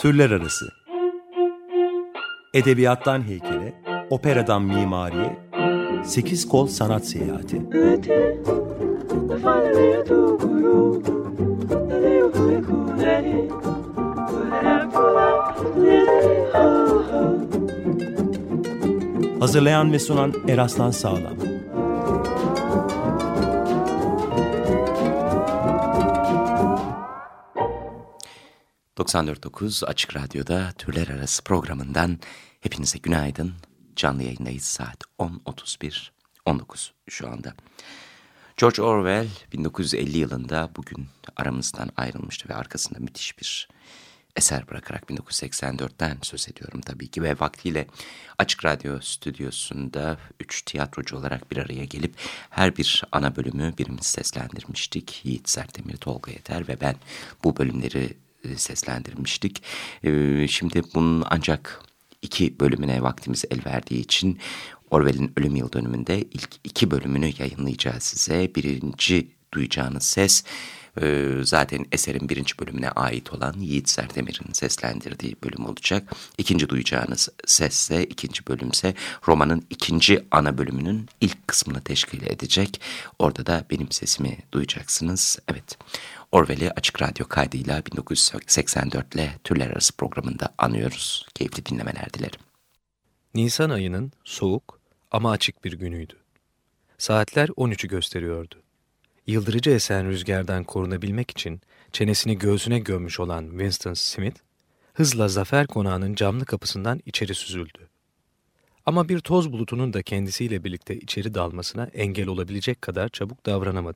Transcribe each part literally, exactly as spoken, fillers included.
Türler arası. Edebiyattan heykele, operadan mimariye, sekiz kol sanat seyahati. Hazırlayan ve sunan Eraslan Sağlam. doksan dört nokta dokuz Açık Radyo'da Türler Arası programından hepinize günaydın. Canlı yayındayız, saat on otuz bir on dokuz şu anda. George Orwell bin dokuz yüz elli yılında bugün aramızdan ayrılmıştı ve arkasında müthiş bir eser bırakarak bin dokuz yüz seksen dörtten söz ediyorum tabii ki. Ve vaktiyle Açık Radyo stüdyosunda üç tiyatrocu olarak bir araya gelip her bir ana bölümü birimiz seslendirmiştik. Yiğit Sertemir, Tolga Yeter ve ben bu bölümleri seslendirmiştik. Şimdi bunun ancak iki bölümüne vaktimiz el verdiği için Orwell'in ölüm yıl dönümünde ilk iki bölümünü yayınlayacağız size. Birinci duyacağınız ses zaten eserin birinci bölümüne ait olan Yiğit Sertemir'in seslendirdiği bölüm olacak. İkinci duyacağınız sesse, ikinci bölümse romanın ikinci ana bölümünün ilk kısmını teşkil edecek. Orada da benim sesimi duyacaksınız. Evet, Orwell'i Açık Radyo kaydıyla bin dokuz yüz seksen dört ile Türler Arası programında anıyoruz. Keyifli dinlemeler dilerim. Nisan ayının soğuk ama açık bir günüydü. Saatler on üçü gösteriyordu. Yıldırıcı esen rüzgardan korunabilmek için çenesini göğsüne gömmüş olan Winston Smith, hızla Zafer Konağı'nın camlı kapısından içeri süzüldü. Ama bir toz bulutunun da kendisiyle birlikte içeri dalmasına engel olabilecek kadar çabuk davranamadı.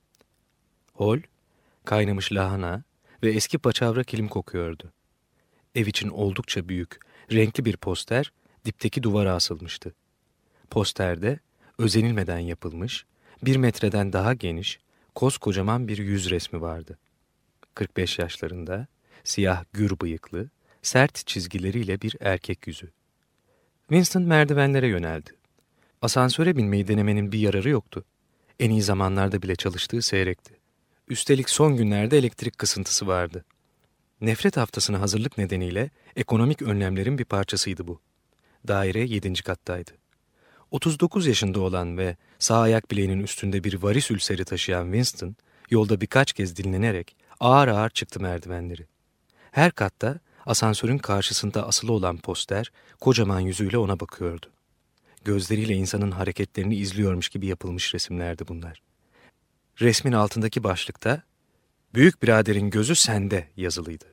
Hol, kaynamış lahana ve eski paçavra kilim kokuyordu. Ev için oldukça büyük, renkli bir poster dipteki duvara asılmıştı. Posterde özenilmeden yapılmış, bir metreden daha geniş, koskocaman bir yüz resmi vardı. kırk beş yaşlarında, siyah gür bıyıklı, sert çizgileriyle bir erkek yüzü. Winston merdivenlere yöneldi. Asansöre binmeyi denemenin bir yararı yoktu. En iyi zamanlarda bile çalıştığı seyrekti. Üstelik son günlerde elektrik kısıntısı vardı. Nefret haftasına hazırlık nedeniyle ekonomik önlemlerin bir parçasıydı bu. Daire yedinci kattaydı. otuz dokuz yaşında olan ve sağ ayak bileğinin üstünde bir varis ülseri taşıyan Winston, yolda birkaç kez dinlenerek ağır ağır çıktı merdivenleri. Her katta asansörün karşısında asılı olan poster, kocaman yüzüyle ona bakıyordu. Gözleriyle insanın hareketlerini izliyormuş gibi yapılmış resimlerdi bunlar. Resmin altındaki başlıkta, "Büyük biraderin gözü sende" yazılıydı.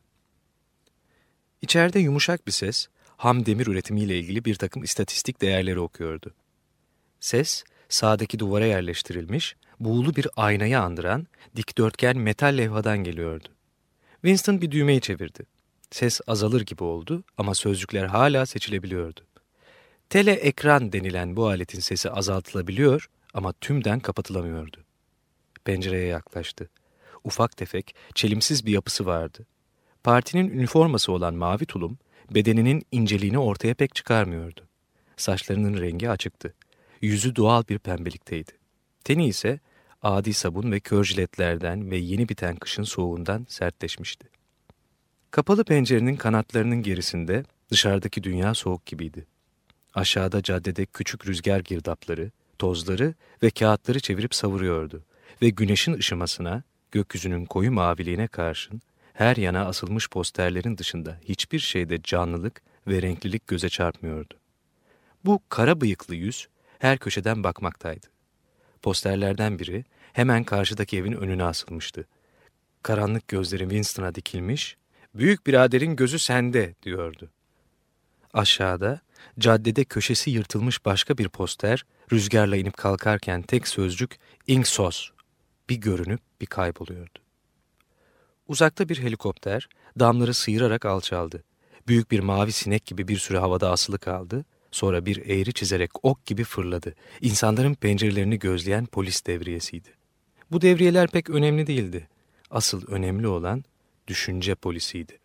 İçeride yumuşak bir ses, ham demir üretimiyle ilgili bir takım istatistik değerleri okuyordu. Ses, sağdaki duvara yerleştirilmiş, buğulu bir aynayı andıran dikdörtgen metal levhadan geliyordu. Winston bir düğmeyi çevirdi. Ses azalır gibi oldu ama sözcükler hala seçilebiliyordu. Tele ekran denilen bu aletin sesi azaltılabiliyor ama tümden kapatılamıyordu. Pencereye yaklaştı. Ufak tefek, çelimsiz bir yapısı vardı. Partinin üniforması olan mavi tulum, bedeninin inceliğini ortaya pek çıkarmıyordu. Saçlarının rengi açıktı. Yüzü doğal bir pembelikteydi. Teni ise adi sabun ve kör jiletlerden ve yeni biten kışın soğuğundan sertleşmişti. Kapalı pencerenin kanatlarının gerisinde dışarıdaki dünya soğuk gibiydi. Aşağıda caddede küçük rüzgar girdapları, tozları ve kağıtları çevirip savuruyordu ve güneşin ışımasına, gökyüzünün koyu maviliğine karşın her yana asılmış posterlerin dışında hiçbir şeyde canlılık ve renklilik göze çarpmıyordu. Bu kara bıyıklı yüz her köşeden bakmaktaydı. Posterlerden biri hemen karşıdaki evin önüne asılmıştı. Karanlık gözleri Winston'a dikilmiş, "Büyük biraderin gözü sende" diyordu. Aşağıda, caddede köşesi yırtılmış başka bir poster, rüzgarla inip kalkarken tek sözcük "İnksos" bir görünüp bir kayboluyordu. Uzakta bir helikopter, damları sıyırarak alçaldı. Büyük bir mavi sinek gibi bir süre havada asılı kaldı. Sonra bir eğri çizerek ok gibi fırladı. İnsanların pencerelerini gözleyen polis devriyesiydi. Bu devriyeler pek önemli değildi. Asıl önemli olan düşünce polisiydi.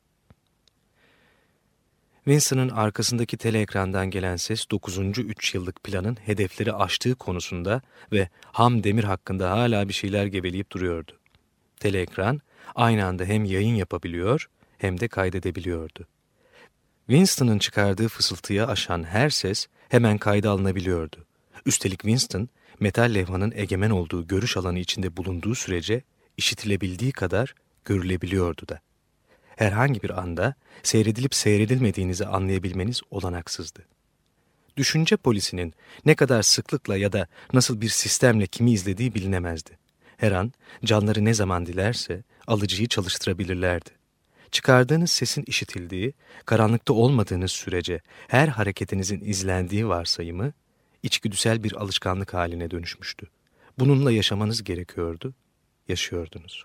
Winston'ın arkasındaki teleekrandan gelen ses dokuzuncu üç yıllık planın hedefleri aştığı konusunda ve ham demir hakkında hala bir şeyler geveleyip duruyordu. Teleekran aynı anda hem yayın yapabiliyor hem de kaydedebiliyordu. Winston'ın çıkardığı fısıltıyı aşan her ses hemen kayda alınabiliyordu. Üstelik Winston, metal levhanın egemen olduğu görüş alanı içinde bulunduğu sürece işitilebildiği kadar görülebiliyordu da. Herhangi bir anda seyredilip seyredilmediğinizi anlayabilmeniz olanaksızdı. Düşünce polisinin ne kadar sıklıkla ya da nasıl bir sistemle kimi izlediği bilinemezdi. Her an canları ne zaman dilerse alıcıyı çalıştırabilirlerdi. Çıkardığınız sesin işitildiği, karanlıkta olmadığınız sürece her hareketinizin izlendiği varsayımı içgüdüsel bir alışkanlık haline dönüşmüştü. Bununla yaşamanız gerekiyordu, yaşıyordunuz.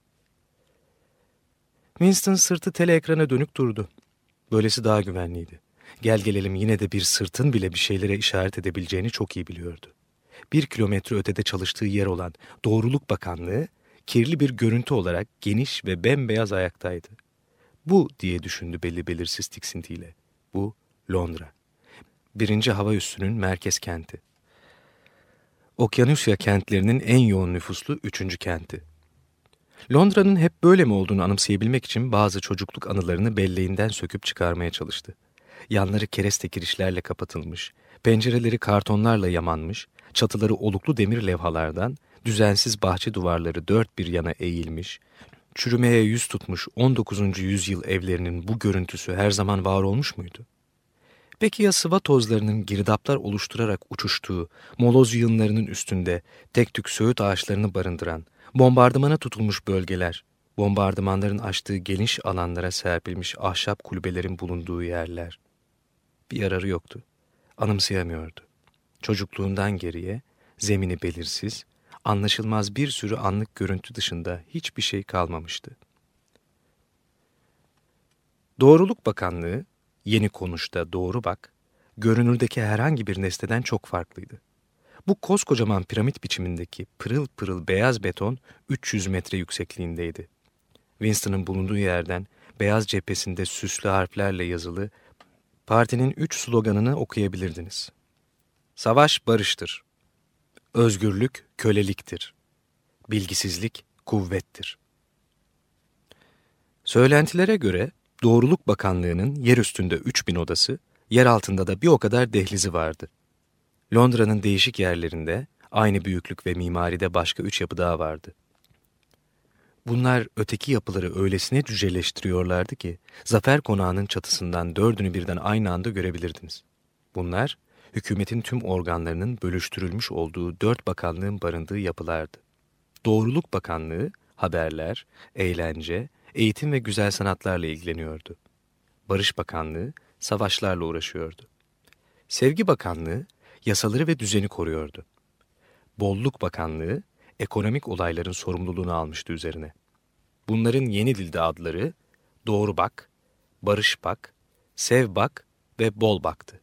Winston sırtı tele ekrana dönük durdu. Böylesi daha güvenliydi. Gel gelelim yine de bir sırtın bile bir şeylere işaret edebileceğini çok iyi biliyordu. Bir kilometre ötede çalıştığı yer olan Doğruluk Bakanlığı, kirli bir görüntü olarak geniş ve bembeyaz ayaktaydı. Bu diye düşündü belli belirsiz tiksintiyle. Bu Londra. Birinci hava üssünün merkez kenti. Okyanusya kentlerinin en yoğun nüfuslu üçüncü kenti. Londra'nın hep böyle mi olduğunu anımsayabilmek için bazı çocukluk anılarını belleğinden söküp çıkarmaya çalıştı. Yanları kereste kirişlerle kapatılmış, pencereleri kartonlarla yamanmış, çatıları oluklu demir levhalardan, düzensiz bahçe duvarları dört bir yana eğilmiş, çürümeye yüz tutmuş on dokuzuncu yüzyıl evlerinin bu görüntüsü her zaman var olmuş muydu? Peki ya sıva tozlarının girdaplar oluşturarak uçuştuğu, moloz yığınlarının üstünde tek tük söğüt ağaçlarını barındıran, bombardımana tutulmuş bölgeler, bombardımanların açtığı geniş alanlara serpilmiş ahşap kulübelerin bulunduğu yerler? Bir yararı yoktu. Anımsayamıyordu. Çocukluğundan geriye, zemini belirsiz, anlaşılmaz bir sürü anlık görüntü dışında hiçbir şey kalmamıştı. Doğruluk Bakanlığı, yeni konuşta doğru bak, görünürdeki herhangi bir nesneden çok farklıydı. Bu koskocaman piramit biçimindeki pırıl pırıl beyaz beton üç yüz metre yüksekliğindeydi. Winston'ın bulunduğu yerden beyaz cephesinde süslü harflerle yazılı partinin üç sloganını okuyabilirdiniz. Savaş barıştır. Özgürlük köleliktir. Bilgisizlik kuvvettir. Söylentilere göre Doğruluk Bakanlığı'nın yer üstünde üç bin odası, yer altında da bir o kadar dehlizi vardı. Londra'nın değişik yerlerinde aynı büyüklük ve mimaride başka üç yapı daha vardı. Bunlar öteki yapıları öylesine cüceleştiriyorlardı ki Zafer Konağı'nın çatısından dördünü birden aynı anda görebilirdiniz. Bunlar hükümetin tüm organlarının bölüştürülmüş olduğu dört bakanlığın barındığı yapılardı. Doğruluk Bakanlığı haberler, eğlence, eğitim ve güzel sanatlarla ilgileniyordu. Barış Bakanlığı savaşlarla uğraşıyordu. Sevgi Bakanlığı yasaları ve düzeni koruyordu. Bolluk Bakanlığı ekonomik olayların sorumluluğunu almıştı üzerine. Bunların yeni dilde adları Doğru Bak, Barış Bak, Sev Bak ve Bol Bak'tı.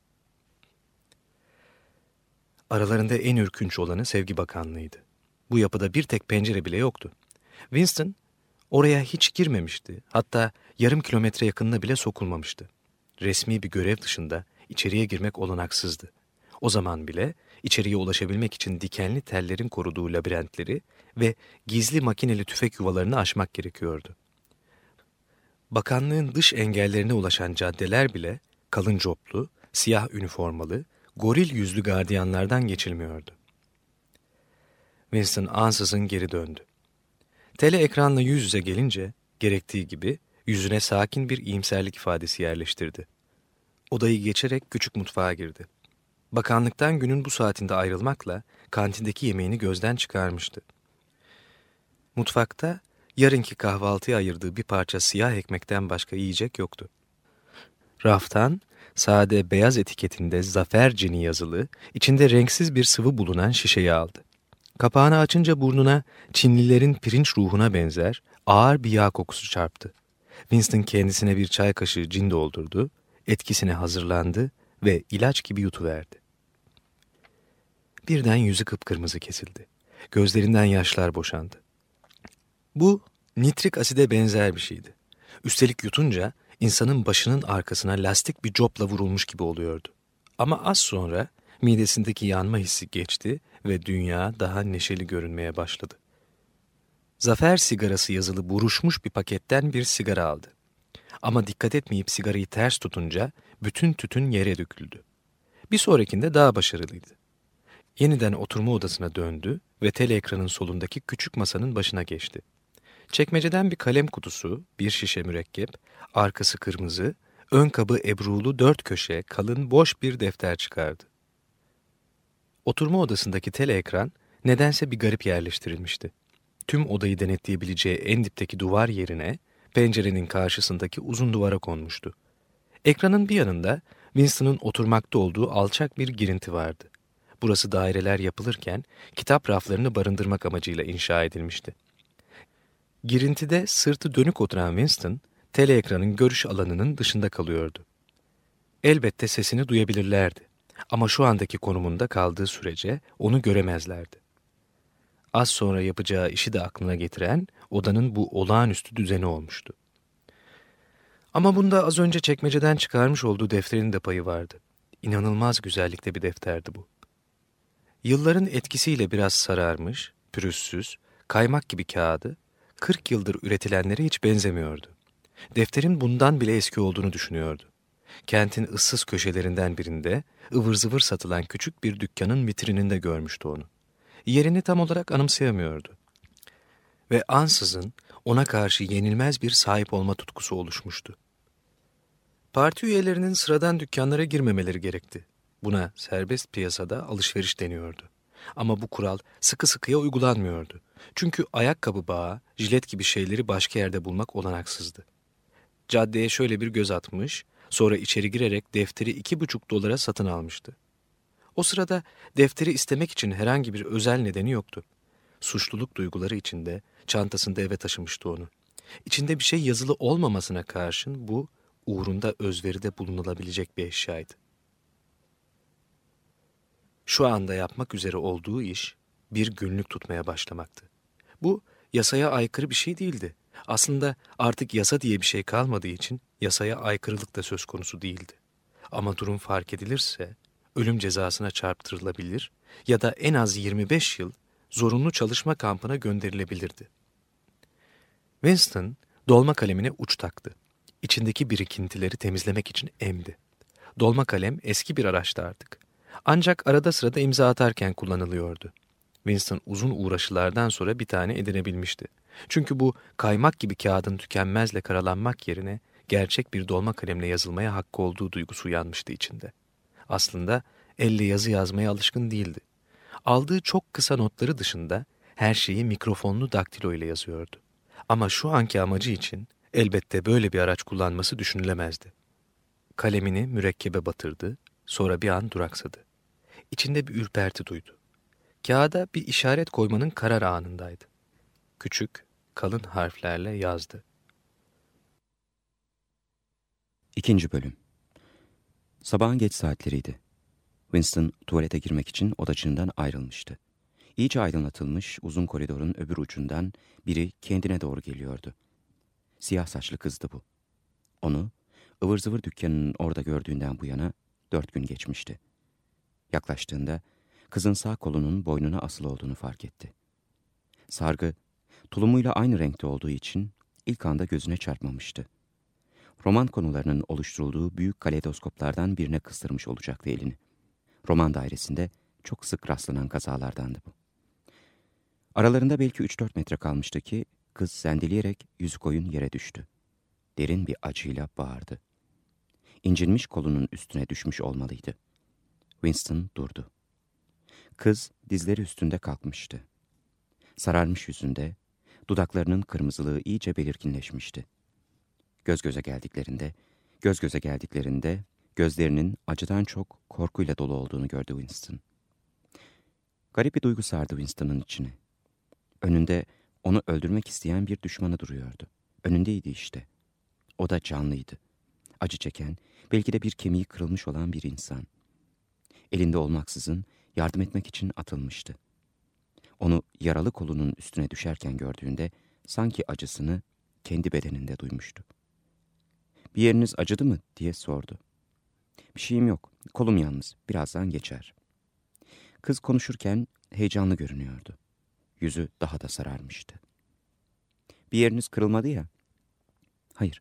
Aralarında en ürkünç olanı Sevgi Bakanlığı'ydı. Bu yapıda bir tek pencere bile yoktu. Winston oraya hiç girmemişti, hatta yarım kilometre yakınına bile sokulmamıştı. Resmi bir görev dışında içeriye girmek olanaksızdı. O zaman bile içeriye ulaşabilmek için dikenli tellerin koruduğu labirentleri ve gizli makineli tüfek yuvalarını aşmak gerekiyordu. Bakanlığın dış engellerine ulaşan caddeler bile kalın coplu, siyah üniformalı, goril yüzlü gardiyanlardan geçilmiyordu. Winston ansızın geri döndü. Tele ekranla yüz yüze gelince gerektiği gibi yüzüne sakin bir iyimserlik ifadesi yerleştirdi. Odayı geçerek küçük mutfağa girdi. Bakanlıktan günün bu saatinde ayrılmakla kantindeki yemeğini gözden çıkarmıştı. Mutfakta yarınki kahvaltıya ayırdığı bir parça siyah ekmekten başka yiyecek yoktu. Raftan sade beyaz etiketinde Zafer Cini yazılı, içinde renksiz bir sıvı bulunan şişeyi aldı. Kapağını açınca burnuna Çinlilerin pirinç ruhuna benzer ağır bir yağ kokusu çarptı. Winston kendisine bir çay kaşığı cin doldurdu, etkisine hazırlandı ve ilaç gibi yutuverdi. Birden yüzü kıpkırmızı kesildi. Gözlerinden yaşlar boşandı. Bu nitrik aside benzer bir şeydi. Üstelik yutunca insanın başının arkasına lastik bir copla vurulmuş gibi oluyordu. Ama az sonra midesindeki yanma hissi geçti ve dünya daha neşeli görünmeye başladı. Zafer sigarası yazılı buruşmuş bir paketten bir sigara aldı. Ama dikkat etmeyip sigarayı ters tutunca bütün tütün yere döküldü. Bir sonrakinde daha başarılıydı. Yeniden oturma odasına döndü ve teleekranın solundaki küçük masanın başına geçti. Çekmeceden bir kalem kutusu, bir şişe mürekkep, arkası kırmızı, ön kabı ebrulu dört köşe kalın boş bir defter çıkardı. Oturma odasındaki teleekran nedense bir garip yerleştirilmişti. Tüm odayı denetleyebileceği en dipteki duvar yerine pencerenin karşısındaki uzun duvara konmuştu. Ekranın bir yanında Winston'ın oturmakta olduğu alçak bir girinti vardı. Burası daireler yapılırken kitap raflarını barındırmak amacıyla inşa edilmişti. Girintide sırtı dönük oturan Winston, teleekranın görüş alanının dışında kalıyordu. Elbette sesini duyabilirlerdi ama şu andaki konumunda kaldığı sürece onu göremezlerdi. Az sonra yapacağı işi de aklına getiren odanın bu olağanüstü düzeni olmuştu. Ama bunda az önce çekmeceden çıkarmış olduğu defterin de payı vardı. İnanılmaz güzellikte bir defterdi bu. Yılların etkisiyle biraz sararmış, pürüzsüz, kaymak gibi kağıdı, kırk yıldır üretilenlere hiç benzemiyordu. Defterin bundan bile eski olduğunu düşünüyordu. Kentin ıssız köşelerinden birinde ıvır zıvır satılan küçük bir dükkanın vitrininde görmüştü onu. Yerini tam olarak anımsayamıyordu. Ve ansızın ona karşı yenilmez bir sahip olma tutkusu oluşmuştu. Parti üyelerinin sıradan dükkanlara girmemeleri gerekti. Buna serbest piyasada alışveriş deniyordu. Ama bu kural sıkı sıkıya uygulanmıyordu. Çünkü ayakkabı bağı, jilet gibi şeyleri başka yerde bulmak olanaksızdı. Caddeye şöyle bir göz atmış, sonra içeri girerek defteri iki buçuk dolara satın almıştı. O sırada defteri istemek için herhangi bir özel nedeni yoktu. Suçluluk duyguları içinde çantasında eve taşımıştı onu. İçinde bir şey yazılı olmamasına karşın bu uğrunda özveride bulunulabilecek bir eşyaydı. Şu anda yapmak üzere olduğu iş bir günlük tutmaya başlamaktı. Bu yasaya aykırı bir şey değildi. Aslında artık yasa diye bir şey kalmadığı için yasaya aykırılık da söz konusu değildi. Ama durum fark edilirse ölüm cezasına çarptırılabilir ya da en az yirmi beş yıl zorunlu çalışma kampına gönderilebilirdi. Winston dolma kalemine uç taktı. İçindeki birikintileri temizlemek için emdi. Dolma kalem eski bir araçtı artık. Ancak arada sırada imza atarken kullanılıyordu. Winston uzun uğraşılardan sonra bir tane edinebilmişti. Çünkü bu kaymak gibi kağıdın tükenmezle karalanmak yerine gerçek bir dolma kalemle yazılmaya hakkı olduğu duygusu uyanmıştı içinde. Aslında elle yazı yazmaya alışkın değildi. Aldığı çok kısa notları dışında her şeyi mikrofonlu daktilo ile yazıyordu. Ama şu anki amacı için elbette böyle bir araç kullanması düşünülemezdi. Kalemini mürekkebe batırdı, sonra bir an duraksadı. İçinde bir ürperti duydu. Kağıda bir işaret koymanın karar anındaydı. Küçük, kalın harflerle yazdı. İkinci bölüm. Sabahın geç saatleriydi. Winston tuvalete girmek için odacığından ayrılmıştı. İyice aydınlatılmış uzun koridorun öbür ucundan biri kendine doğru geliyordu. Siyah saçlı kızdı bu. Onu ıvır zıvır dükkanının orada gördüğünden bu yana dört gün geçmişti. Yaklaştığında kızın sağ kolunun boynuna asılı olduğunu fark etti. Sargı tulumuyla aynı renkte olduğu için ilk anda gözüne çarpmamıştı. Roman konularının oluşturulduğu büyük kaleidoskoplardan birine kıstırmış olacaktı elini. Roman dairesinde çok sık rastlanan kazalardandı bu. Aralarında belki üç dört metre kalmıştı ki kız sendeleyerek yüzü koyun yere düştü. Derin bir acıyla bağırdı. İncinmiş kolunun üstüne düşmüş olmalıydı. Winston durdu. Kız dizleri üstünde kalkmıştı. Sararmış yüzünde, dudaklarının kırmızılığı iyice belirginleşmişti. Göz göze geldiklerinde, göz göze geldiklerinde gözlerinin acıdan çok korkuyla dolu olduğunu gördü Winston. Garip bir duygu sardı Winston'ın içine. Önünde onu öldürmek isteyen bir düşmanı duruyordu. Önündeydi işte. O da canlıydı. Acı çeken, belki de bir kemiği kırılmış olan bir insan. Elinde olmaksızın yardım etmek için atılmıştı. Onu yaralı kolunun üstüne düşerken gördüğünde sanki acısını kendi bedeninde duymuştu. "Bir yeriniz acıdı mı?" diye sordu. "Bir şeyim yok, kolum yalnız, birazdan geçer." Kız konuşurken heyecanlı görünüyordu. Yüzü daha da sararmıştı. "Bir yeriniz kırılmadı ya?" "Hayır,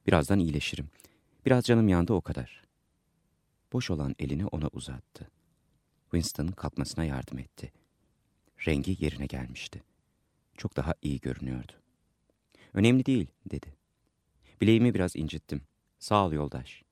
Birazdan iyileşirim. Biraz canım yandı o kadar. Boş olan elini ona uzattı. Winston kalkmasına yardım etti. Rengi yerine gelmişti. Çok daha iyi görünüyordu. Önemli değil, dedi. Bileğimi biraz incittim. Sağ ol yoldaş.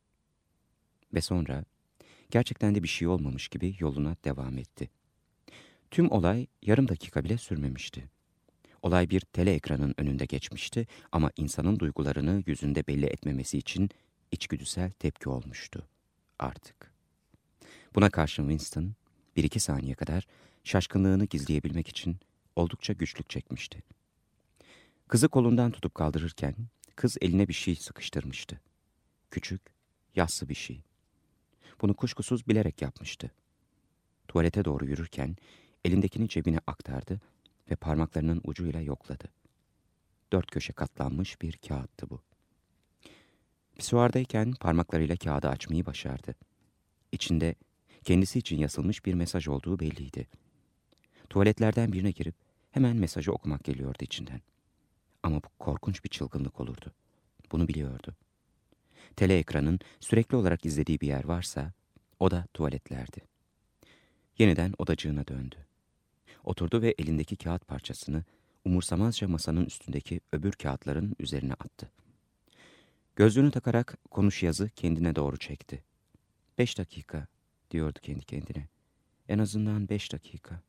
Ve sonra gerçekten de bir şey olmamış gibi yoluna devam etti. Tüm olay yarım dakika bile sürmemişti. Olay bir tele ekranın önünde geçmişti ama insanın duygularını yüzünde belli etmemesi için içgüdüsel tepki olmuştu artık. Buna karşın Winston bir iki saniye kadar şaşkınlığını gizleyebilmek için oldukça güçlük çekmişti. Kızı kolundan tutup kaldırırken kız eline bir şey sıkıştırmıştı. Küçük, yassı bir şey. Bunu kuşkusuz bilerek yapmıştı. Tuvalete doğru yürürken elindekini cebine aktardı ve parmaklarının ucuyla yokladı. Dört köşe katlanmış bir kağıttı bu. Pisuardayken parmaklarıyla kağıdı açmayı başardı. İçinde kendisi için yazılmış bir mesaj olduğu belliydi. Tuvaletlerden birine girip hemen mesajı okumak geliyordu içinden. Ama bu korkunç bir çılgınlık olurdu. Bunu biliyordu. Tele ekranın sürekli olarak izlediği bir yer varsa o da tuvaletlerdi. Yeniden odacığına döndü. Oturdu ve elindeki kağıt parçasını umursamazca masanın üstündeki öbür kağıtların üzerine attı. Gözlüğünü takarak konuş yazı kendine doğru çekti. Beş dakika, diyordu kendi kendine. En azından beş dakika.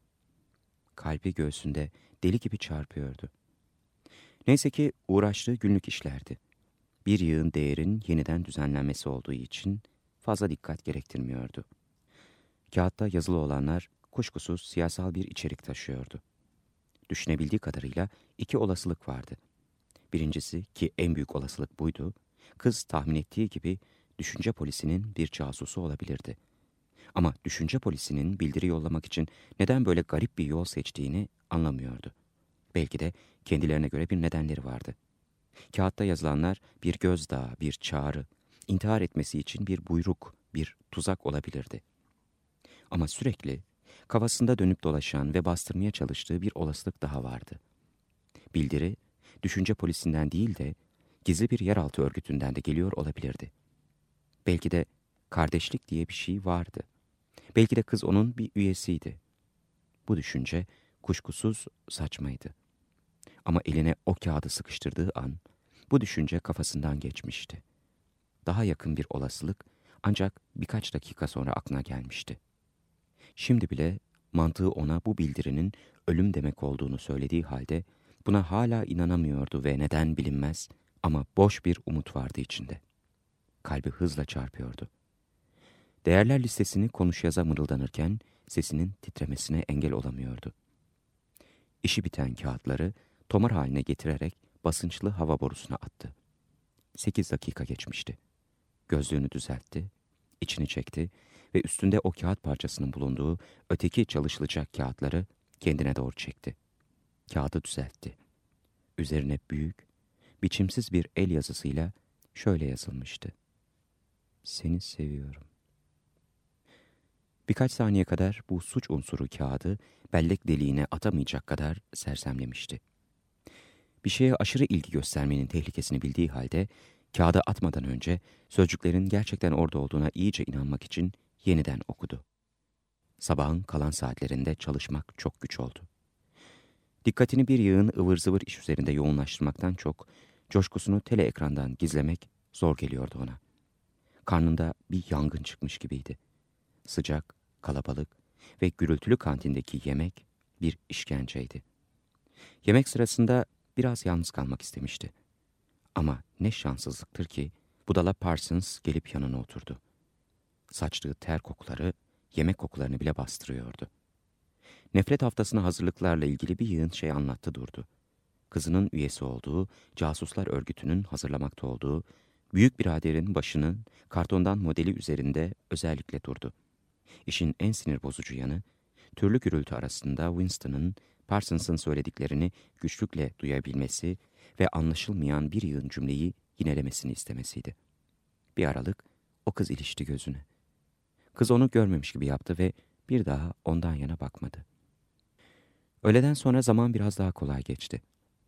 Kalbi göğsünde deli gibi çarpıyordu. Neyse ki uğraştığı günlük işlerdi. Bir yığın değerin yeniden düzenlenmesi olduğu için fazla dikkat gerektirmiyordu. Kağıtta yazılı olanlar kuşkusuz siyasal bir içerik taşıyordu. Düşünebildiği kadarıyla iki olasılık vardı. Birincisi, ki en büyük olasılık buydu, kız tahmin ettiği gibi düşünce polisinin bir casusu olabilirdi. Ama düşünce polisinin bildiri yollamak için neden böyle garip bir yol seçtiğini anlamıyordu. Belki de kendilerine göre bir nedenleri vardı. Kağıtta yazılanlar bir gözdağı, bir çağrı, intihar etmesi için bir buyruk, bir tuzak olabilirdi. Ama sürekli kafasında dönüp dolaşan ve bastırmaya çalıştığı bir olasılık daha vardı. Bildiri, düşünce polisinden değil de gizli bir yeraltı örgütünden de geliyor olabilirdi. Belki de kardeşlik diye bir şey vardı. Belki de kız onun bir üyesiydi. Bu düşünce kuşkusuz saçmaydı. Ama eline o kağıdı sıkıştırdığı an bu düşünce kafasından geçmişti. Daha yakın bir olasılık ancak birkaç dakika sonra aklına gelmişti. Şimdi bile mantığı ona bu bildirinin ölüm demek olduğunu söylediği halde buna hala inanamıyordu ve neden bilinmez ama boş bir umut vardı içinde. Kalbi hızla çarpıyordu. Değerler listesini konuş yaza mırıldanırken sesinin titremesine engel olamıyordu. İşi biten kağıtları tomar haline getirerek basınçlı hava borusuna attı. Sekiz dakika geçmişti. Gözlüğünü düzeltti, içini çekti ve üstünde o kağıt parçasının bulunduğu öteki çalışılacak kağıtları kendine doğru çekti. Kağıdı düzeltti. Üzerine büyük, biçimsiz bir el yazısıyla şöyle yazılmıştı. Seni seviyorum. Birkaç saniye kadar bu suç unsuru kağıdı bellek deliğine atamayacak kadar sersemlemişti. Bir şeye aşırı ilgi göstermenin tehlikesini bildiği halde kağıda atmadan önce sözcüklerin gerçekten orada olduğuna iyice inanmak için yeniden okudu. Sabahın kalan saatlerinde çalışmak çok güç oldu. Dikkatini bir yığın ıvır zıvır iş üzerinde yoğunlaştırmaktan çok coşkusunu tele ekrandan gizlemek zor geliyordu ona. Karnında bir yangın çıkmış gibiydi. Sıcak, kalabalık ve gürültülü kantindeki yemek bir işkenceydi. Yemek sırasında biraz yalnız kalmak istemişti. Ama ne şanssızlıktır ki budala Parsons gelip yanına oturdu. Saçtığı ter kokuları yemek kokularını bile bastırıyordu. Nefret haftasına hazırlıklarla ilgili bir yığın şey anlattı durdu. Kızının üyesi olduğu, casuslar örgütünün hazırlamakta olduğu, büyük biraderin başının kartondan modeli üzerinde özellikle durdu. İşin en sinir bozucu yanı, türlü gürültü arasında Winston'ın Parsons'ın söylediklerini güçlükle duyabilmesi ve anlaşılmayan bir yığın cümleyi yinelemesini istemesiydi. Bir aralık o kız ilişti gözüne. Kız onu görmemiş gibi yaptı ve bir daha ondan yana bakmadı. Öğleden sonra zaman biraz daha kolay geçti.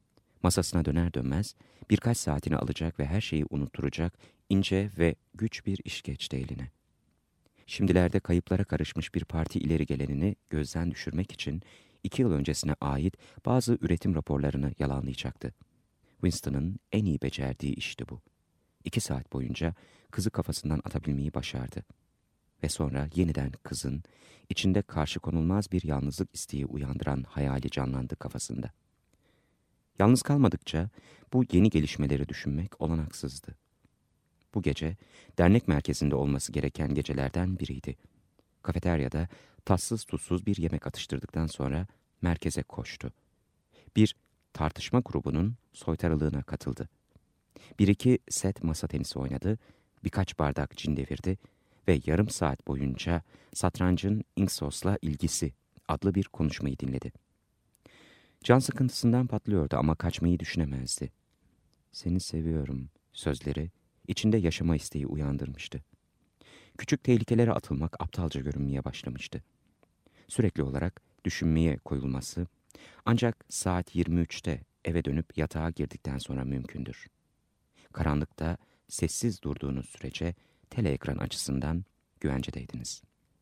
Masasına döner dönmez birkaç saatini alacak ve her şeyi unutturacak ince ve güç bir iş geçti eline. Şimdilerde kayıplara karışmış bir parti ileri gelenini gözden düşürmek için iki yıl öncesine ait bazı üretim raporlarını yalanlayacaktı. Winston'ın en iyi becerdiği işti bu. İki saat boyunca kızı kafasından atabilmeyi başardı. Ve sonra yeniden kızın, içinde karşı konulmaz bir yalnızlık isteği uyandıran hayali canlandı kafasında. Yalnız kalmadıkça bu yeni gelişmeleri düşünmek olanaksızdı. Bu gece dernek merkezinde olması gereken gecelerden biriydi. Kafeteryada tatsız tuzsuz bir yemek atıştırdıktan sonra merkeze koştu. Bir tartışma grubunun soytarılığına katıldı. Bir iki set masa tenisi oynadı, birkaç bardak cin devirdi ve yarım saat boyunca satrancın Inksos'la ilgisi adlı bir konuşmayı dinledi. Can sıkıntısından patlıyordu ama kaçmayı düşünemezdi. "Seni seviyorum" sözleri içinde yaşama isteği uyandırmıştı. Küçük tehlikelere atılmak aptalca görünmeye başlamıştı. Sürekli olarak düşünmeye koyulması ancak saat yirmi üçte eve dönüp yatağa girdikten sonra mümkündür. Karanlıkta sessiz durduğunuz sürece teleekran açısından güvencedeydiniz.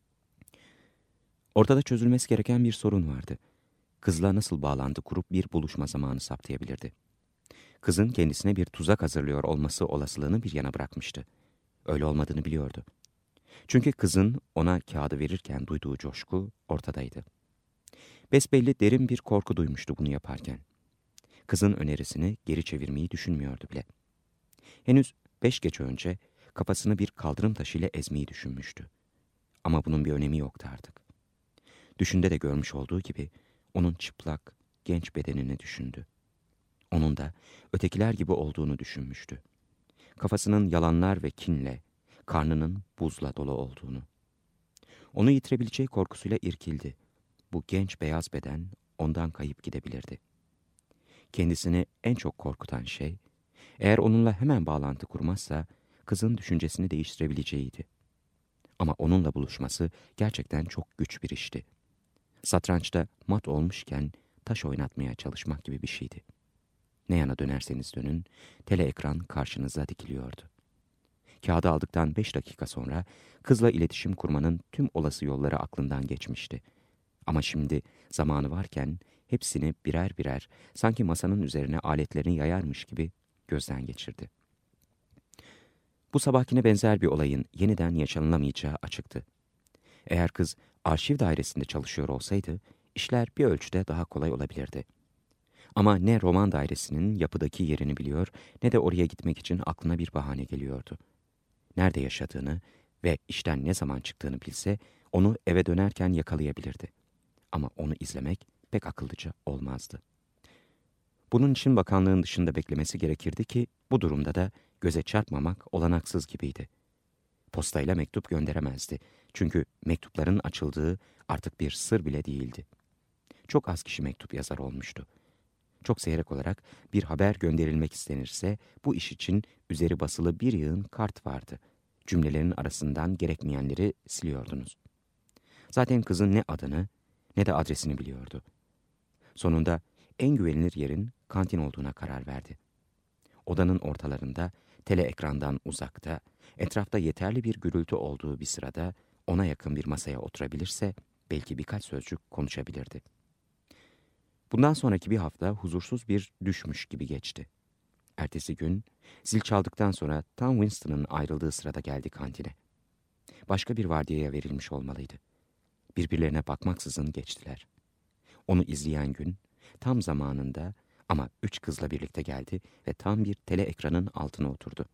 Ortada çözülmesi gereken bir sorun vardı. Kızla nasıl bağlantı kurup bir buluşma zamanı saptayabilirdi? Kızın kendisine bir tuzak hazırlıyor olması olasılığını bir yana bırakmıştı. Öyle olmadığını biliyordu. Çünkü kızın ona kağıdı verirken duyduğu coşku ortadaydı. Besbelli derin bir korku duymuştu bunu yaparken. Kızın önerisini geri çevirmeyi düşünmüyordu bile. Henüz beş gece önce kafasını bir kaldırım taşıyla ezmeyi düşünmüştü. Ama bunun bir önemi yoktu artık. Düşünde de görmüş olduğu gibi onun çıplak, genç bedenini düşündü. Onun da ötekiler gibi olduğunu düşünmüştü. Kafasının yalanlar ve kinle, karnının buzla dolu olduğunu. Onu yitirebileceği korkusuyla irkildi. Bu genç beyaz beden ondan kayıp gidebilirdi. Kendisini en çok korkutan şey, eğer onunla hemen bağlantı kurmazsa kızın düşüncesini değiştirebileceğiydi. Ama onunla buluşması gerçekten çok güç bir işti. Satrançta mat olmuşken taş oynatmaya çalışmak gibi bir şeydi. Ne yana dönerseniz dönün, teleekran karşınıza dikiliyordu. Kağıdı aldıktan beş dakika sonra kızla iletişim kurmanın tüm olası yolları aklından geçmişti. Ama şimdi zamanı varken hepsini birer birer sanki masanın üzerine aletlerini yayarmış gibi gözden geçirdi. Bu sabahkine benzer bir olayın yeniden yaşanılamayacağı açıktı. Eğer kız arşiv dairesinde çalışıyor olsaydı işler bir ölçüde daha kolay olabilirdi. Ama ne roman dairesinin yapıdaki yerini biliyor ne de oraya gitmek için aklına bir bahane geliyordu. Nerede yaşadığını ve işten ne zaman çıktığını bilse onu eve dönerken yakalayabilirdi. Ama onu izlemek pek akıllıca olmazdı. Bunun için bakanlığın dışında beklemesi gerekirdi ki bu durumda da göze çarpmamak olanaksız gibiydi. Postayla mektup gönderemezdi. Çünkü mektupların açıldığı artık bir sır bile değildi. Çok az kişi mektup yazar olmuştu. Çok seyrek olarak bir haber gönderilmek istenirse bu iş için üzeri basılı bir yığın kart vardı. Cümlelerin arasından gerekmeyenleri siliyordunuz. Zaten kızın ne adını ne de adresini biliyordu. Sonunda en güvenilir yerin kantin olduğuna karar verdi. Odanın ortalarında, teleekrandan uzakta, etrafta yeterli bir gürültü olduğu bir sırada ona yakın bir masaya oturabilirse belki birkaç sözcük konuşabilirdi. Bundan sonraki bir hafta huzursuz bir düşmüş gibi geçti. Ertesi gün zil çaldıktan sonra tam Winston'ın ayrıldığı sırada geldi kantine. Başka bir vardiyaya verilmiş olmalıydı. Birbirlerine bakmaksızın geçtiler. Onu izleyen gün tam zamanında ama üç kızla birlikte geldi ve tam bir teleekranın altına oturdu.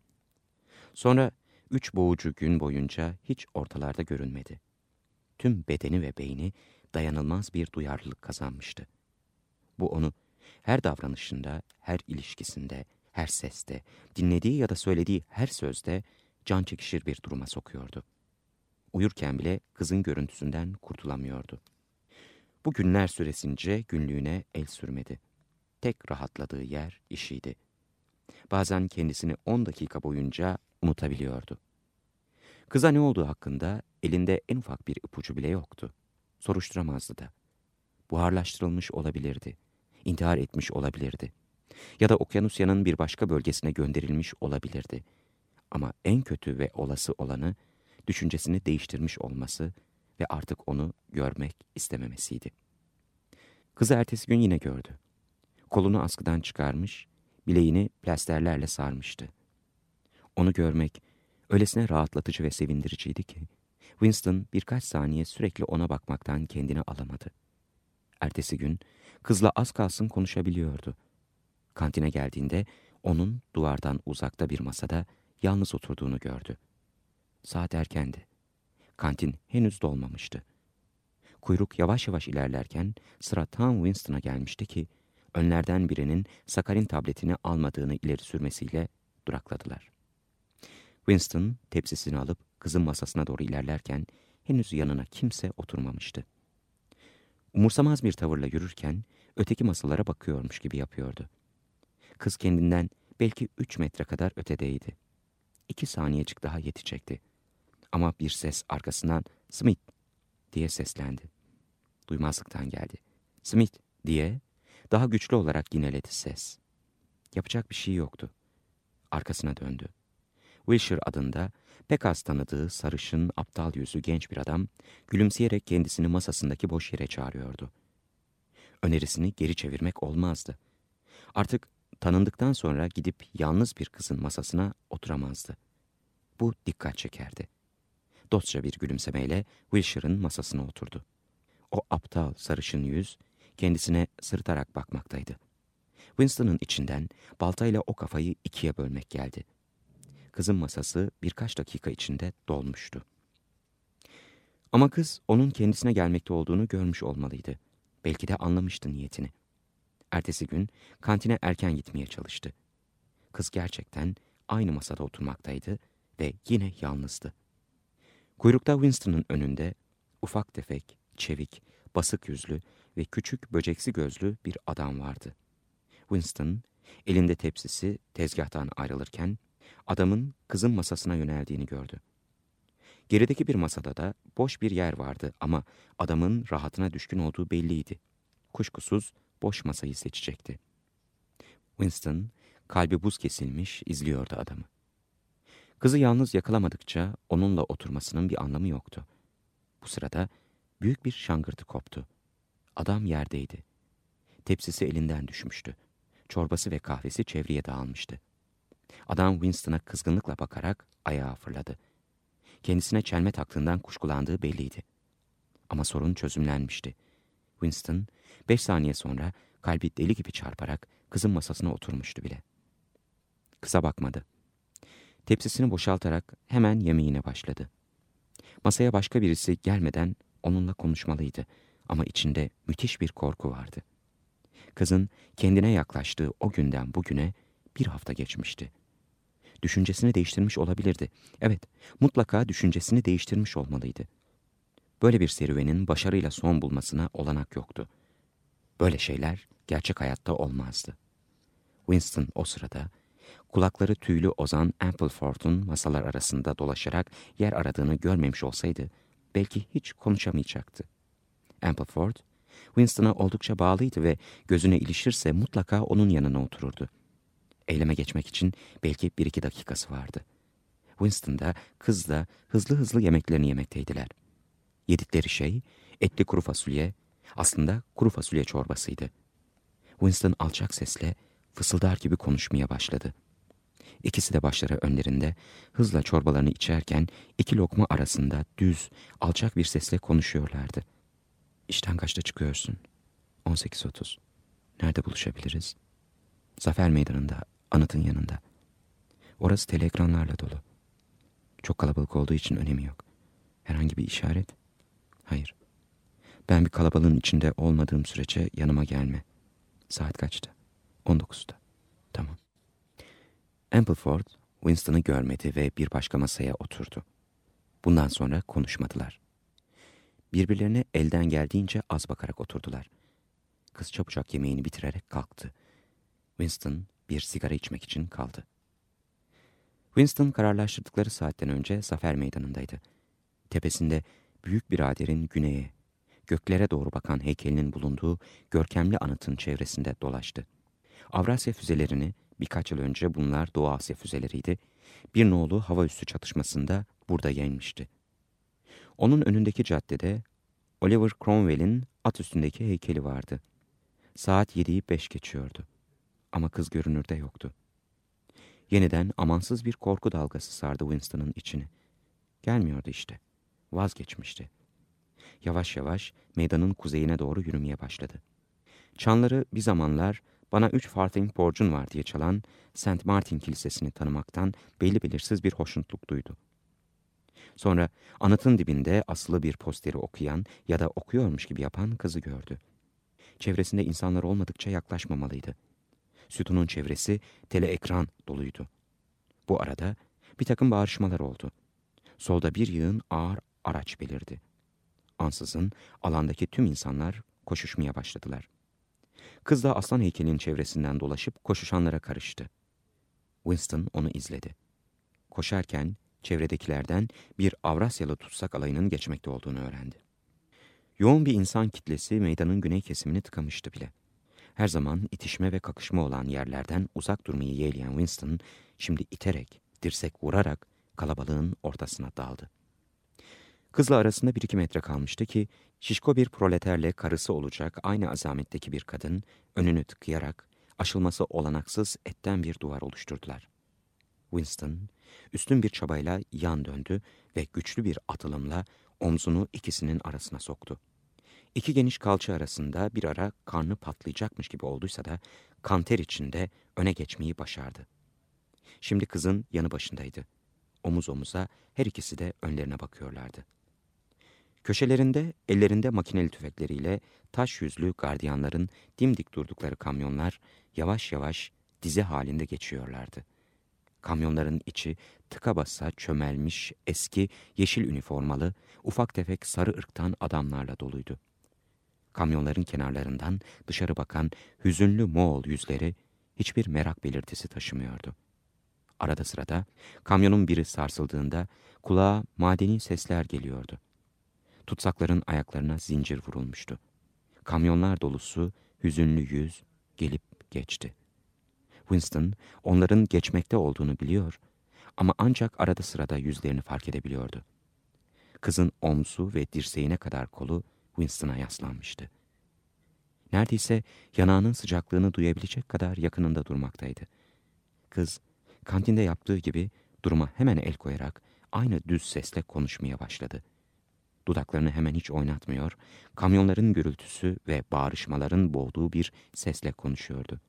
Sonra üç boğucu gün boyunca hiç ortalarda görünmedi. Tüm bedeni ve beyni dayanılmaz bir duyarlılık kazanmıştı. Bu onu her davranışında, her ilişkisinde, her seste, dinlediği ya da söylediği her sözde can çekişir bir duruma sokuyordu. Uyurken bile kızın görüntüsünden kurtulamıyordu. Bu günler süresince günlüğüne el sürmedi. Tek rahatladığı yer işiydi. Bazen kendisini on dakika boyunca unutabiliyordu. Kıza ne olduğu hakkında elinde en ufak bir ipucu bile yoktu. Soruşturamazdı da. Buharlaştırılmış olabilirdi. İntihar etmiş olabilirdi. Ya da Okyanusya'nın bir başka bölgesine gönderilmiş olabilirdi. Ama en kötü ve olası olanı düşüncesini değiştirmiş olması ve artık onu görmek istememesiydi. Kızı ertesi gün yine gördü. Kolunu askıdan çıkarmış, bileğini plasterlerle sarmıştı. Onu görmek öylesine rahatlatıcı ve sevindiriciydi ki, Winston birkaç saniye sürekli ona bakmaktan kendini alamadı. Ertesi gün kızla az kalsın konuşabiliyordu. Kantine geldiğinde onun duvardan uzakta bir masada yalnız oturduğunu gördü. Saat erkendi. Kantin henüz dolmamıştı. Kuyruk yavaş yavaş ilerlerken sıra tam Winston'a gelmişti ki, önlerden birinin sakarin tabletini almadığını ileri sürmesiyle durakladılar. Winston tepsisini alıp kızın masasına doğru ilerlerken henüz yanına kimse oturmamıştı. Umursamaz bir tavırla yürürken öteki masalara bakıyormuş gibi yapıyordu. Kız kendinden belki üç metre kadar ötedeydi. İki saniyecik daha yetecekti. Ama bir ses arkasından "Smith" diye seslendi. Duymazlıktan geldi. "Smith" diye daha güçlü olarak yineledi ses. Yapacak bir şey yoktu. Arkasına döndü. Wilshire adında pek az tanıdığı sarışın, aptal yüzlü genç bir adam gülümseyerek kendisini masasındaki boş yere çağırıyordu. Önerisini geri çevirmek olmazdı. Artık tanındıktan sonra gidip yalnız bir kızın masasına oturamazdı. Bu dikkat çekerdi. Dostça bir gülümsemeyle Wilshire'ın masasına oturdu. O aptal sarışın yüz kendisine sırıtarak bakmaktaydı. Winston'ın içinden baltayla o kafayı ikiye bölmek geldi. Kızın masası birkaç dakika içinde dolmuştu. Ama kız onun kendisine gelmekte olduğunu görmüş olmalıydı. Belki de anlamıştı niyetini. Ertesi gün kantine erken gitmeye çalıştı. Kız gerçekten aynı masada oturmaktaydı ve yine yalnızdı. Kuyrukta Winston'ın önünde ufak tefek, çevik, basık yüzlü ve küçük böceksi gözlü bir adam vardı. Winston elinde tepsisi tezgahtan ayrılırken adamın kızın masasına yöneldiğini gördü. Gerideki bir masada da boş bir yer vardı ama adamın rahatına düşkün olduğu belliydi. Kuşkusuz boş masayı seçecekti. Winston kalbi buz kesilmiş izliyordu adamı. Kızı yalnız yakalamadıkça onunla oturmasının bir anlamı yoktu. Bu sırada büyük bir şangırtı koptu. Adam yerdeydi. Tepsisi elinden düşmüştü. Çorbası ve kahvesi çevreye dağılmıştı. Adam Winston'a kızgınlıkla bakarak ayağa fırladı. Kendisine çelme taktığından kuşkulandığı belliydi. Ama sorun çözümlenmişti. Winston beş saniye sonra kalbi deli gibi çarparak kızın masasına oturmuştu bile. Kıza bakmadı. Tepsisini boşaltarak hemen yemeğine başladı. Masaya başka birisi gelmeden onunla konuşmalıydı ama içinde müthiş bir korku vardı. Kızın kendine yaklaştığı o günden bugüne bir hafta geçmişti. Düşüncesini değiştirmiş olabilirdi. Evet, mutlaka düşüncesini değiştirmiş olmalıydı. Böyle bir serüvenin başarıyla son bulmasına olanak yoktu. Böyle şeyler gerçek hayatta olmazdı. Winston o sırada kulakları tüylü ozan Ampleford'un masalar arasında dolaşarak yer aradığını görmemiş olsaydı belki hiç konuşamayacaktı. Ampleford, Winston'a oldukça bağlıydı ve gözüne ilişirse mutlaka onun yanına otururdu. Eyleme geçmek için belki bir iki dakikası vardı. Winston da kız da hızlı hızlı yemeklerini yemekteydiler. Yedikleri şey etli kuru fasulye, aslında kuru fasulye çorbasıydı. Winston alçak sesle fısıldar gibi konuşmaya başladı. İkisi de başları önlerinde hızla çorbalarını içerken iki lokma arasında düz, alçak bir sesle konuşuyorlardı. "İşten kaçta çıkıyorsun?" on sekiz otuz. "Nerede buluşabiliriz?" "Zafer Meydanı'nda, anıtın yanında." "Orası teleekranlarla dolu." "Çok kalabalık olduğu için önemi yok." "Herhangi bir işaret?" "Hayır." "Ben bir kalabalığın içinde olmadığım sürece yanıma gelme." "Saat kaçta?" on dokuzda. "Tamam." Ampleford, Winston'ı görmedi ve bir başka masaya oturdu. Bundan sonra konuşmadılar. Birbirlerine elden geldiğince az bakarak oturdular. Kız çabucak yemeğini bitirerek kalktı. Winston bir sigara içmek için kaldı. Winston kararlaştırdıkları saatten önce Zafer Meydanı'ndaydı. Tepesinde büyük biraderin güneye, göklere doğru bakan heykelinin bulunduğu görkemli anıtın çevresinde dolaştı. Avrasya füzelerini, birkaç yıl önce bunlar Doğu Asya füzeleriydi, bir nolu hava üssü çatışmasında burada yenmişti. Onun önündeki caddede Oliver Cromwell'in at üstündeki heykeli vardı. Saat yediyi beş geçiyordu. Ama kız görünürde yoktu. Yeniden amansız bir korku dalgası sardı Winston'ın içini. Gelmiyordu işte. Vazgeçmişti. Yavaş yavaş meydanın kuzeyine doğru yürümeye başladı. Çanları bir zamanlar bana üç farthing borcun var diye çalan Saint Martin Kilisesi'ni tanımaktan belli belirsiz bir hoşnutluk duydu. Sonra anıtın dibinde asılı bir posteri okuyan ya da okuyormuş gibi yapan kızı gördü. Çevresinde insanlar olmadıkça yaklaşmamalıydı. Sütunun çevresi teleekran doluydu. Bu arada bir takım bağırışmalar oldu. Solda bir yığın ağır araç belirdi. Ansızın alandaki tüm insanlar koşuşmaya başladılar. Kız da aslan heykelinin çevresinden dolaşıp koşuşanlara karıştı. Winston onu izledi. Koşarken çevredekilerden bir Avrasyalı tutsak alayının geçmekte olduğunu öğrendi. Yoğun bir insan kitlesi meydanın güney kesimini tıkamıştı bile. Her zaman itişme ve kakışma olan yerlerden uzak durmayı yeğleyen Winston, şimdi iterek, dirsek vurarak kalabalığın ortasına daldı. Kızla arasında bir iki metre kalmıştı ki, şişko bir proleterle karısı olacak aynı azametteki bir kadın, önünü tıkayarak, aşılması olanaksız etten bir duvar oluşturdular. Winston, üstün bir çabayla yan döndü ve güçlü bir atılımla omzunu ikisinin arasına soktu. İki geniş kalça arasında bir ara karnı patlayacakmış gibi olduysa da kanter içinde öne geçmeyi başardı. Şimdi kızın yanı başındaydı. Omuz omuza her ikisi de önlerine bakıyorlardı. Köşelerinde ellerinde makineli tüfekleriyle taş yüzlü gardiyanların dimdik durdukları kamyonlar yavaş yavaş dizi halinde geçiyorlardı. Kamyonların içi tıka basa çömelmiş eski yeşil üniformalı ufak tefek sarı ırktan adamlarla doluydu. Kamyonların kenarlarından dışarı bakan hüzünlü Moğol yüzleri hiçbir merak belirtisi taşımıyordu. Arada sırada kamyonun biri sarsıldığında kulağa madeni sesler geliyordu. Tutsakların ayaklarına zincir vurulmuştu. Kamyonlar dolusu hüzünlü yüz gelip geçti. Winston onların geçmekte olduğunu biliyor ama ancak arada sırada yüzlerini fark edebiliyordu. Kızın omzu ve dirseğine kadar kolu Winston'a yaslanmıştı. Neredeyse yanağının sıcaklığını duyabilecek kadar yakınında durmaktaydı. Kız, kantinde yaptığı gibi duruma hemen el koyarak aynı düz sesle konuşmaya başladı. Dudaklarını hemen hiç oynatmıyor, kamyonların gürültüsü ve bağırışmaların boğduğu bir sesle konuşuyordu.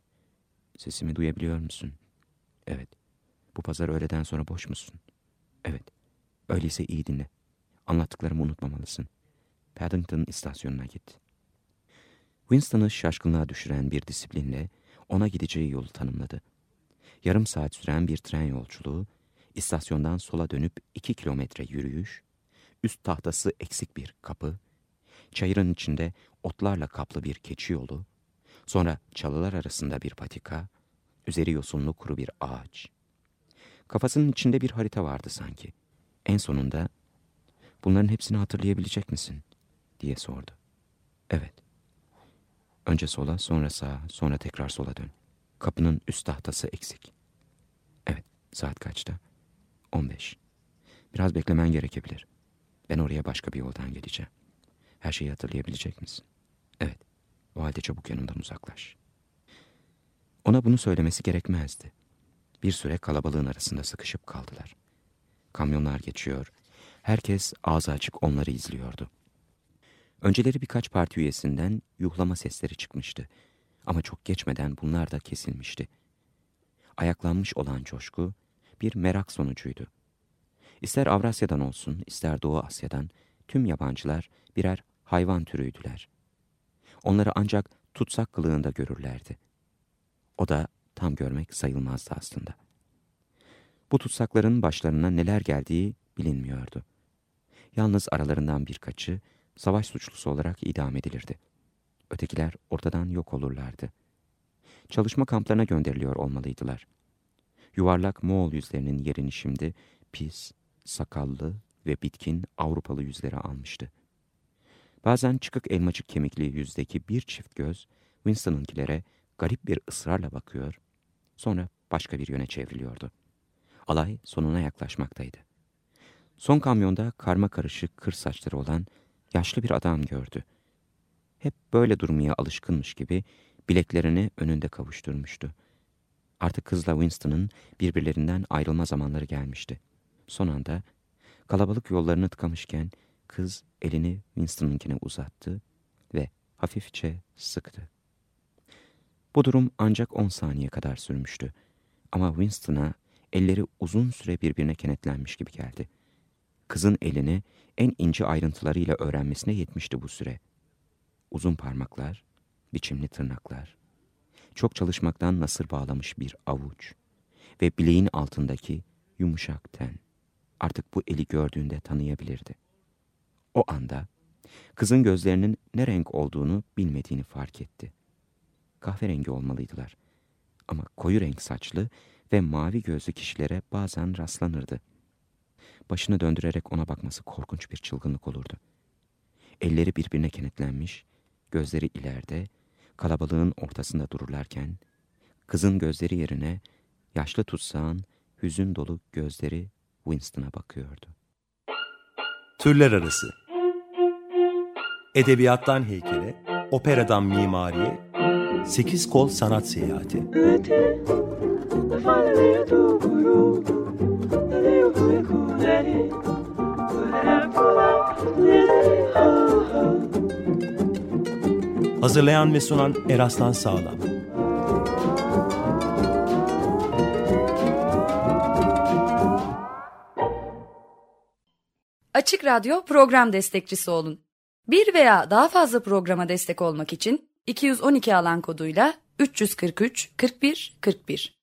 "Sesimi duyabiliyor musun?" "Evet." "Bu pazar öğleden sonra boş musun?" "Evet." "Öyleyse iyi dinle. Anlattıklarımı unutmamalısın. Paddington istasyonuna git." Winston'ı şaşkınlığa düşüren bir disiplinle ona gideceği yolu tanımladı. Yarım saat süren bir tren yolculuğu, istasyondan sola dönüp iki kilometre yürüyüş, üst tahtası eksik bir kapı, çayırın içinde otlarla kaplı bir keçi yolu, sonra çalılar arasında bir patika, üzeri yosunlu kuru bir ağaç. Kafasının içinde bir harita vardı sanki. En sonunda, "Bunların hepsini hatırlayabilecek misin?" diye sordu. "Evet." "Önce sola, sonra sağa, sonra tekrar sola dön. Kapının üst tahtası eksik." "Evet." "Saat kaçta?" on beş. "Biraz beklemen gerekebilir. Ben oraya başka bir yoldan geleceğim. Her şeyi hatırlayabilecek misin?" "Evet." "O halde çabuk yanımdan uzaklaş." Ona bunu söylemesi gerekmezdi. Bir süre kalabalığın arasında sıkışıp kaldılar. Kamyonlar geçiyor, herkes ağzı açık onları izliyordu. Önceleri birkaç parti üyesinden yuhlama sesleri çıkmıştı. Ama çok geçmeden bunlar da kesilmişti. Ayaklanmış olan coşku bir merak sonucuydu. İster Avrasya'dan olsun, ister Doğu Asya'dan tüm yabancılar birer hayvan türüydüler. Onları ancak tutsak kılığında görürlerdi. O da tam görmek sayılmazdı aslında. Bu tutsakların başlarına neler geldiği bilinmiyordu. Yalnız aralarından birkaçı savaş suçlusu olarak idam edilirdi. Ötekiler ortadan yok olurlardı. Çalışma kamplarına gönderiliyor olmalıydılar. Yuvarlak Moğol yüzlerinin yerini şimdi pis, sakallı ve bitkin Avrupalı yüzlere almıştı. Bazen çıkık elmacık kemikli yüzdeki bir çift göz Winston'ınkilere garip bir ısrarla bakıyor, sonra başka bir yöne çevriliyordu. Alay sonuna yaklaşmaktaydı. Son kamyonda karma karışık kır saçları olan yaşlı bir adam gördü. Hep böyle durmaya alışkınmış gibi bileklerini önünde kavuşturmuştu. Artık kızla Winston'ın birbirlerinden ayrılma zamanları gelmişti. Son anda kalabalık yollarını tıkamışken kız elini Winston'ınkine uzattı ve hafifçe sıktı. Bu durum ancak on saniye kadar sürmüştü. Ama Winston'a elleri uzun süre birbirine kenetlenmiş gibi geldi. Kızın elini en ince ayrıntılarıyla öğrenmesine yetmişti bu süre. Uzun parmaklar, biçimli tırnaklar, çok çalışmaktan nasır bağlamış bir avuç ve bileğin altındaki yumuşak ten. Artık bu eli gördüğünde tanıyabilirdi. O anda kızın gözlerinin ne renk olduğunu bilmediğini fark etti. Kahverengi olmalıydılar ama koyu renk saçlı ve mavi gözlü kişilere bazen rastlanırdı. Başını döndürerek ona bakması korkunç bir çılgınlık olurdu. Elleri birbirine kenetlenmiş, gözleri ileride, kalabalığın ortasında dururlarken, kızın gözleri yerine yaşlı tutsağın hüzün dolu gözleri Winston'a bakıyordu. Türler Arası. Edebiyattan heykele, operadan mimariye, sekiz kol sanat seyahati. Hazırlayan ve sunan Eraslan Sağlam. Açık Radyo program destekçisi olun. Bir veya daha fazla programa destek olmak için iki yüz on iki alan koduyla üç yüz kırk üç kırk bir kırk bir